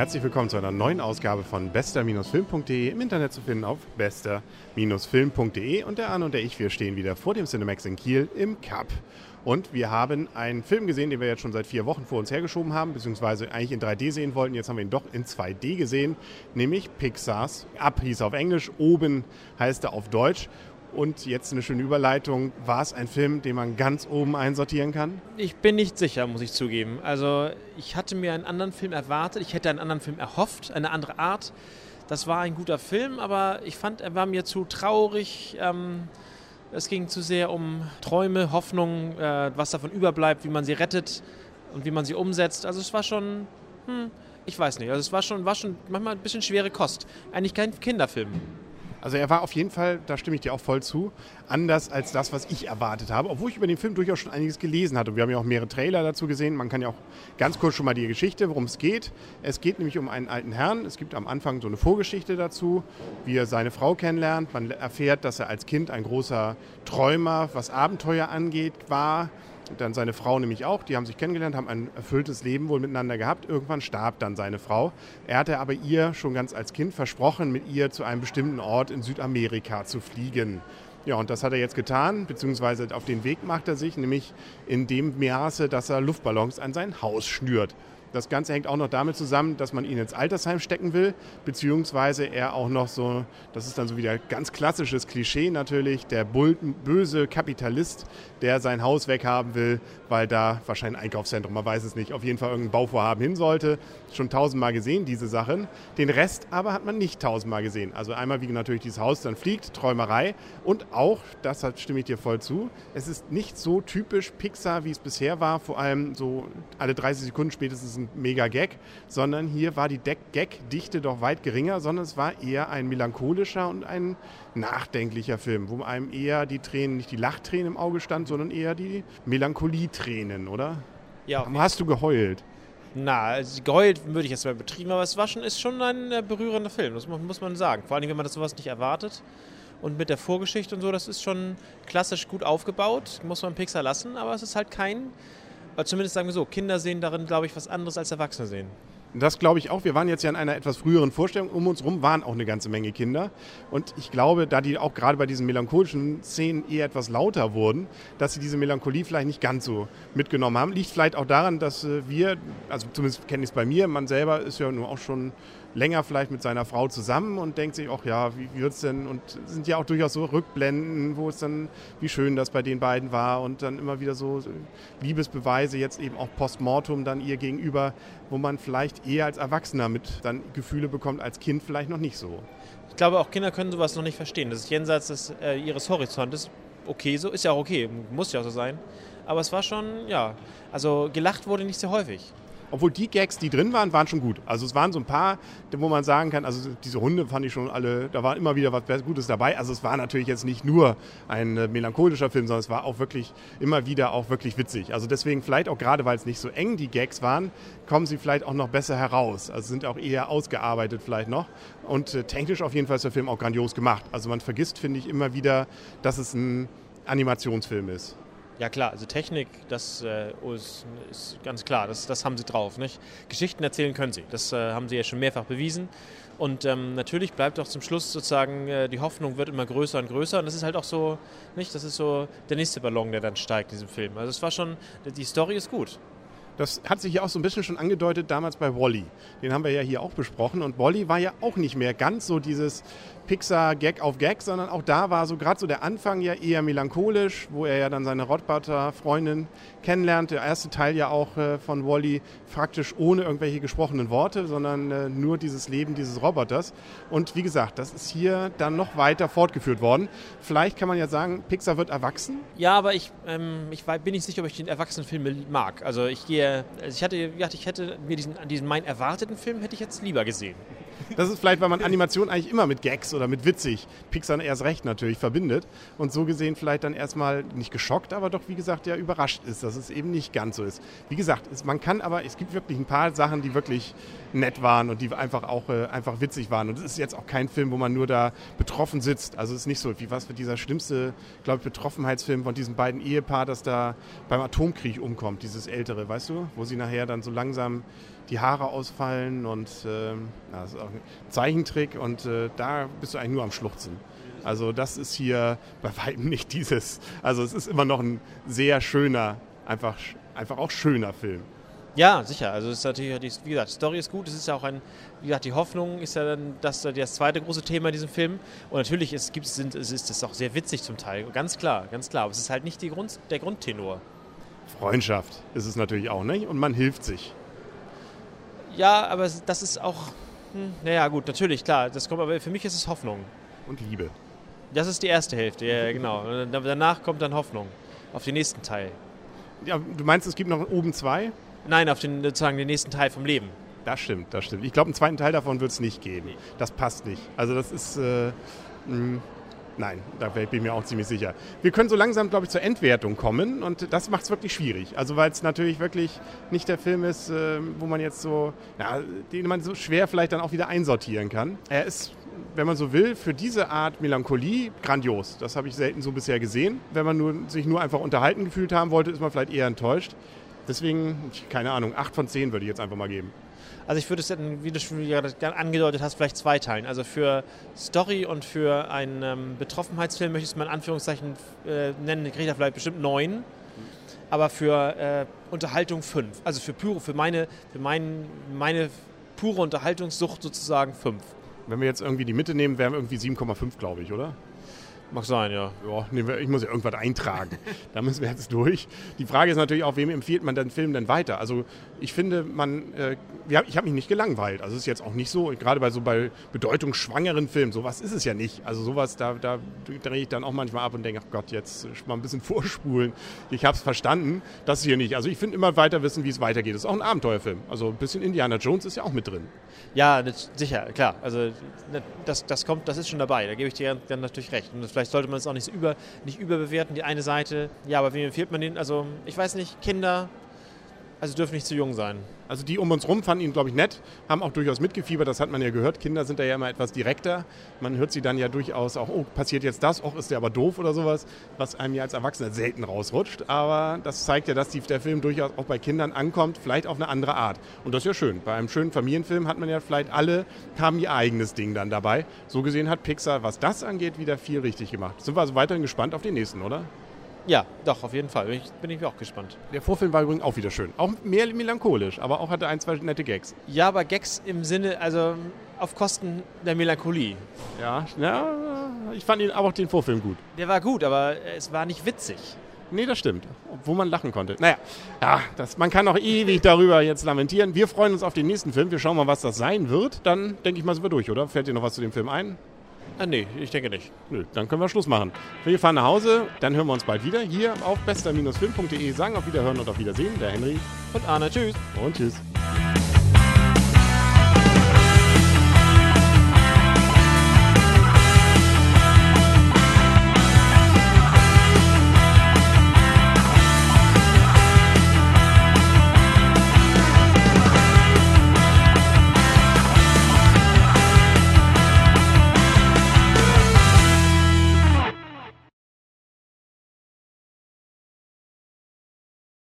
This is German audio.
Herzlich willkommen zu einer neuen Ausgabe von bester-film.de, im Internet zu finden auf bester-film.de. Und der Arne und der ich, wir stehen wieder vor dem Cinemax in Kiel im Cup. Und wir haben einen Film gesehen, den wir jetzt schon seit 4 Wochen vor uns hergeschoben haben, beziehungsweise eigentlich in 3D sehen wollten. Jetzt haben wir ihn doch in 2D gesehen, nämlich Pixars Up hieß er auf Englisch, Oben heißt er auf Deutsch. Und jetzt eine schöne Überleitung. War es ein Film, den man ganz oben einsortieren kann? Ich bin nicht sicher, muss ich zugeben. Also ich hatte mir einen anderen Film erwartet. Ich hätte einen anderen Film erhofft, eine andere Art. Das war ein guter Film, aber ich fand, er war mir zu traurig. Es ging zu sehr um Träume, Hoffnungen, was davon überbleibt, wie man sie rettet und wie man sie umsetzt. Also es war schon, ich weiß nicht. Also es war schon manchmal ein bisschen schwere Kost. Eigentlich kein Kinderfilm. Also er war auf jeden Fall, da stimme ich dir auch voll zu, anders als das, was ich erwartet habe, obwohl ich über den Film durchaus schon einiges gelesen hatte. Und wir haben ja auch mehrere Trailer dazu gesehen. Man kann ja auch ganz kurz schon mal die Geschichte, worum es geht. Es geht nämlich um einen alten Herrn. Es gibt am Anfang so eine Vorgeschichte dazu, wie er seine Frau kennenlernt. Man erfährt, dass er als Kind ein großer Träumer, was Abenteuer angeht, war. Dann seine Frau nämlich auch, die haben sich kennengelernt, haben ein erfülltes Leben wohl miteinander gehabt. Irgendwann starb dann seine Frau. Er hatte aber ihr schon ganz als Kind versprochen, mit ihr zu einem bestimmten Ort in Südamerika zu fliegen. Ja, und das hat er jetzt getan, beziehungsweise auf den Weg macht er sich, nämlich in dem Maße, dass er Luftballons an sein Haus schnürt. Das Ganze hängt auch noch damit zusammen, dass man ihn ins Altersheim stecken will, beziehungsweise er auch noch so, das ist dann so wieder ganz klassisches Klischee natürlich, der böse Kapitalist, der sein Haus weghaben will, weil da wahrscheinlich ein Einkaufszentrum, man weiß es nicht, auf jeden Fall irgendein Bauvorhaben hin sollte. Schon 1000-mal gesehen, diese Sachen. Den Rest aber hat man nicht 1000-mal gesehen. Also einmal, wie natürlich dieses Haus dann fliegt, Träumerei und auch, das stimme ich dir voll zu, es ist nicht so typisch Pixar, wie es bisher war, vor allem so alle 30 Sekunden spätestens ein Mega-Gag, sondern hier war die Gag-Dichte doch weit geringer, sondern es war eher ein melancholischer und ein nachdenklicher Film, wo einem eher die Tränen, nicht die Lachtränen im Auge stand, sondern eher die Melancholietränen, oder? Ja. Hast du geheult? Na, also geheult würde ich jetzt mal betrieben, aber es ist schon ein berührender Film, das muss man sagen. Vor allem, wenn man das sowas nicht erwartet. Und mit der Vorgeschichte und so, das ist schon klassisch gut aufgebaut, muss man Pixar lassen, aber es ist halt zumindest sagen wir so, Kinder sehen darin, glaube ich, was anderes als Erwachsene sehen. Das glaube ich auch. Wir waren jetzt ja in einer etwas früheren Vorstellung. Um uns rum waren auch eine ganze Menge Kinder. Und ich glaube, da die auch gerade bei diesen melancholischen Szenen eher etwas lauter wurden, dass sie diese Melancholie vielleicht nicht ganz so mitgenommen haben. Liegt vielleicht auch daran, dass wir, also zumindest kenne ich es bei mir, man selber ist ja nur auch schon länger vielleicht mit seiner Frau zusammen und denkt sich, ach ja, wie wird's denn? Und sind ja auch durchaus so Rückblenden, wo es dann, wie schön das bei den beiden war und dann immer wieder so Liebesbeweise, jetzt eben auch postmortem dann ihr gegenüber, wo man vielleicht eher als Erwachsener mit dann Gefühle bekommt, als Kind vielleicht noch nicht so. Ich glaube, auch Kinder können sowas noch nicht verstehen. Das ist jenseits ihres Horizontes. Okay, so ist ja auch okay, muss ja auch so sein. Aber es war schon, ja, also gelacht wurde nicht sehr häufig. Obwohl die Gags, die drin waren, waren schon gut. Also es waren so ein paar, wo man sagen kann, also diese Hunde fand ich schon alle, da war immer wieder was Gutes dabei. Also es war natürlich jetzt nicht nur ein melancholischer Film, sondern es war auch wirklich immer wieder auch wirklich witzig. Also deswegen vielleicht auch gerade, weil es nicht so eng die Gags waren, kommen sie vielleicht auch noch besser heraus. Also sind auch eher ausgearbeitet vielleicht noch. Und technisch auf jeden Fall ist der Film auch grandios gemacht. Also man vergisst, finde ich, immer wieder, dass es ein Animationsfilm ist. Ja klar, also Technik, das ist ganz klar, das haben sie drauf. Nicht? Geschichten erzählen können sie, das haben sie ja schon mehrfach bewiesen. Und natürlich bleibt auch zum Schluss sozusagen, die Hoffnung wird immer größer und größer. Und das ist halt auch so, nicht? Das ist so der nächste Ballon, der dann steigt in diesem Film. Also es war schon, die Story ist gut. Das hat sich ja auch so ein bisschen schon angedeutet damals bei Wall-E. Den haben wir ja hier auch besprochen. Und Wall-E war ja auch nicht mehr ganz so dieses Pixar-Gag auf Gag, sondern auch da war so gerade so der Anfang ja eher melancholisch, wo er ja dann seine Roboter-Freundin kennenlernt. Der erste Teil ja auch von Wall-E praktisch ohne irgendwelche gesprochenen Worte, sondern nur dieses Leben dieses Roboters. Und wie gesagt, das ist hier dann noch weiter fortgeführt worden. Vielleicht kann man ja sagen, Pixar wird erwachsen. Ja, aber ich bin nicht sicher, ob ich den Erwachsenenfilm mag. Also ich hätte mir diesen meinen erwarteten Film hätte ich jetzt lieber gesehen. Das ist vielleicht, weil man Animation eigentlich immer mit Gags oder mit witzig, Pixar erst recht natürlich, verbindet und so gesehen vielleicht dann erstmal nicht geschockt, aber doch, wie gesagt, ja überrascht ist, dass es eben nicht ganz so ist. Wie gesagt, es gibt wirklich ein paar Sachen, die wirklich nett waren und die einfach auch einfach witzig waren. Und es ist jetzt auch kein Film, wo man nur da betroffen sitzt. Also es ist nicht so, wie was für dieser schlimmste, glaube ich, Betroffenheitsfilm von diesen beiden Ehepaar, das da beim Atomkrieg umkommt, dieses ältere, weißt du? Wo sie nachher dann so langsam die Haare ausfallen und das ist auch ein Zeichentrick und da bist du eigentlich nur am Schluchzen. Also das ist hier bei weitem nicht dieses, also es ist immer noch ein sehr schöner, einfach auch schöner Film. Ja, sicher. Also es ist natürlich, wie gesagt, die Story ist gut. Es ist ja auch wie gesagt, die Hoffnung ist ja dann das zweite große Thema in diesem Film. Und natürlich ist es auch sehr witzig zum Teil, ganz klar. Aber es ist halt nicht der Grundtenor. Freundschaft ist es natürlich auch, ne? Und man hilft sich. Ja, aber das ist auch, naja gut, natürlich, klar. Das kommt, aber für mich ist es Hoffnung. Und Liebe. Das ist die erste Hälfte, ja, genau. Und danach kommt dann Hoffnung auf den nächsten Teil. Ja, du meinst, es gibt noch oben 2? Nein, auf den nächsten Teil vom Leben. Das stimmt. Ich glaube, einen zweiten Teil davon wird es nicht geben. Das passt nicht. Also das ist, nein, da bin ich mir auch ziemlich sicher. Wir können so langsam, glaube ich, zur Endwertung kommen und das macht es wirklich schwierig. Also weil es natürlich wirklich nicht der Film ist, wo man jetzt so, den man so schwer vielleicht dann auch wieder einsortieren kann. Er ist, wenn man so will, für diese Art Melancholie grandios. Das habe ich selten so bisher gesehen. Wenn man sich nur einfach unterhalten gefühlt haben wollte, ist man vielleicht eher enttäuscht. Deswegen, keine Ahnung, 8 von 10 würde ich jetzt einfach mal geben. Also ich würde es dann, wie du schon gerade angedeutet hast, vielleicht zweiteilen. Also für Story und für einen Betroffenheitsfilm möchte ich es mal in Anführungszeichen nennen, kriege ich da vielleicht bestimmt 9. Aber für Unterhaltung 5. Also für meine pure Unterhaltungssucht sozusagen 5. Wenn wir jetzt irgendwie die Mitte nehmen, wären wir irgendwie 7,5, glaube ich, oder? Mag sein, ja. Ja, ich muss ja irgendwas eintragen. Da müssen wir jetzt durch. Die Frage ist natürlich auch, wem empfiehlt man den Film denn weiter? Also ich finde, ich habe mich nicht gelangweilt. Also es ist jetzt auch nicht so, gerade bei bedeutungsschwangeren Filmen, sowas ist es ja nicht. Also sowas, da drehe ich dann auch manchmal ab und denke, ach Gott, jetzt mal ein bisschen vorspulen. Ich habe es verstanden, das hier nicht. Also ich finde immer weiter wissen, wie es weitergeht. Das ist auch ein Abenteuerfilm. Also ein bisschen Indiana Jones ist ja auch mit drin. Ja, sicher, klar. Also das ist schon dabei. Da gebe ich dir dann natürlich recht. Und vielleicht sollte man es auch nicht überbewerten, die eine Seite. Ja, aber wem empfiehlt man den? Also ich weiß nicht, Kinder, also dürfen nicht zu jung sein. Also die um uns rum fanden ihn, glaube ich, nett, haben auch durchaus mitgefiebert, das hat man ja gehört. Kinder sind da ja immer etwas direkter. Man hört sie dann ja durchaus auch, oh, passiert jetzt das, oh, ist der aber doof oder sowas, was einem ja als Erwachsener selten rausrutscht. Aber das zeigt ja, dass der Film durchaus auch bei Kindern ankommt, vielleicht auf eine andere Art. Und das ist ja schön. Bei einem schönen Familienfilm hat man ja vielleicht haben ihr eigenes Ding dann dabei. So gesehen hat Pixar, was das angeht, wieder viel richtig gemacht. Sind wir also weiterhin gespannt auf den nächsten, oder? Ja, doch, auf jeden Fall. Bin ich auch gespannt. Der Vorfilm war übrigens auch wieder schön. Auch mehr melancholisch, aber auch hatte 1, 2 nette Gags. Ja, aber Gags im Sinne, also auf Kosten der Melancholie. Ja, ich fand auch den Vorfilm gut. Der war gut, aber es war nicht witzig. Nee, das stimmt. Obwohl man lachen konnte. Naja, man kann auch ewig darüber jetzt lamentieren. Wir freuen uns auf den nächsten Film. Wir schauen mal, was das sein wird. Dann denke ich mal, sind wir durch, oder? Fällt dir noch was zu dem Film ein? Nee, ich denke nicht. Nö, dann können wir Schluss machen. Wir fahren nach Hause, dann hören wir uns bald wieder hier auf bester-film.de. Sagen auf Wiederhören und auf Wiedersehen. Der Henry und Arne. Tschüss. Und tschüss.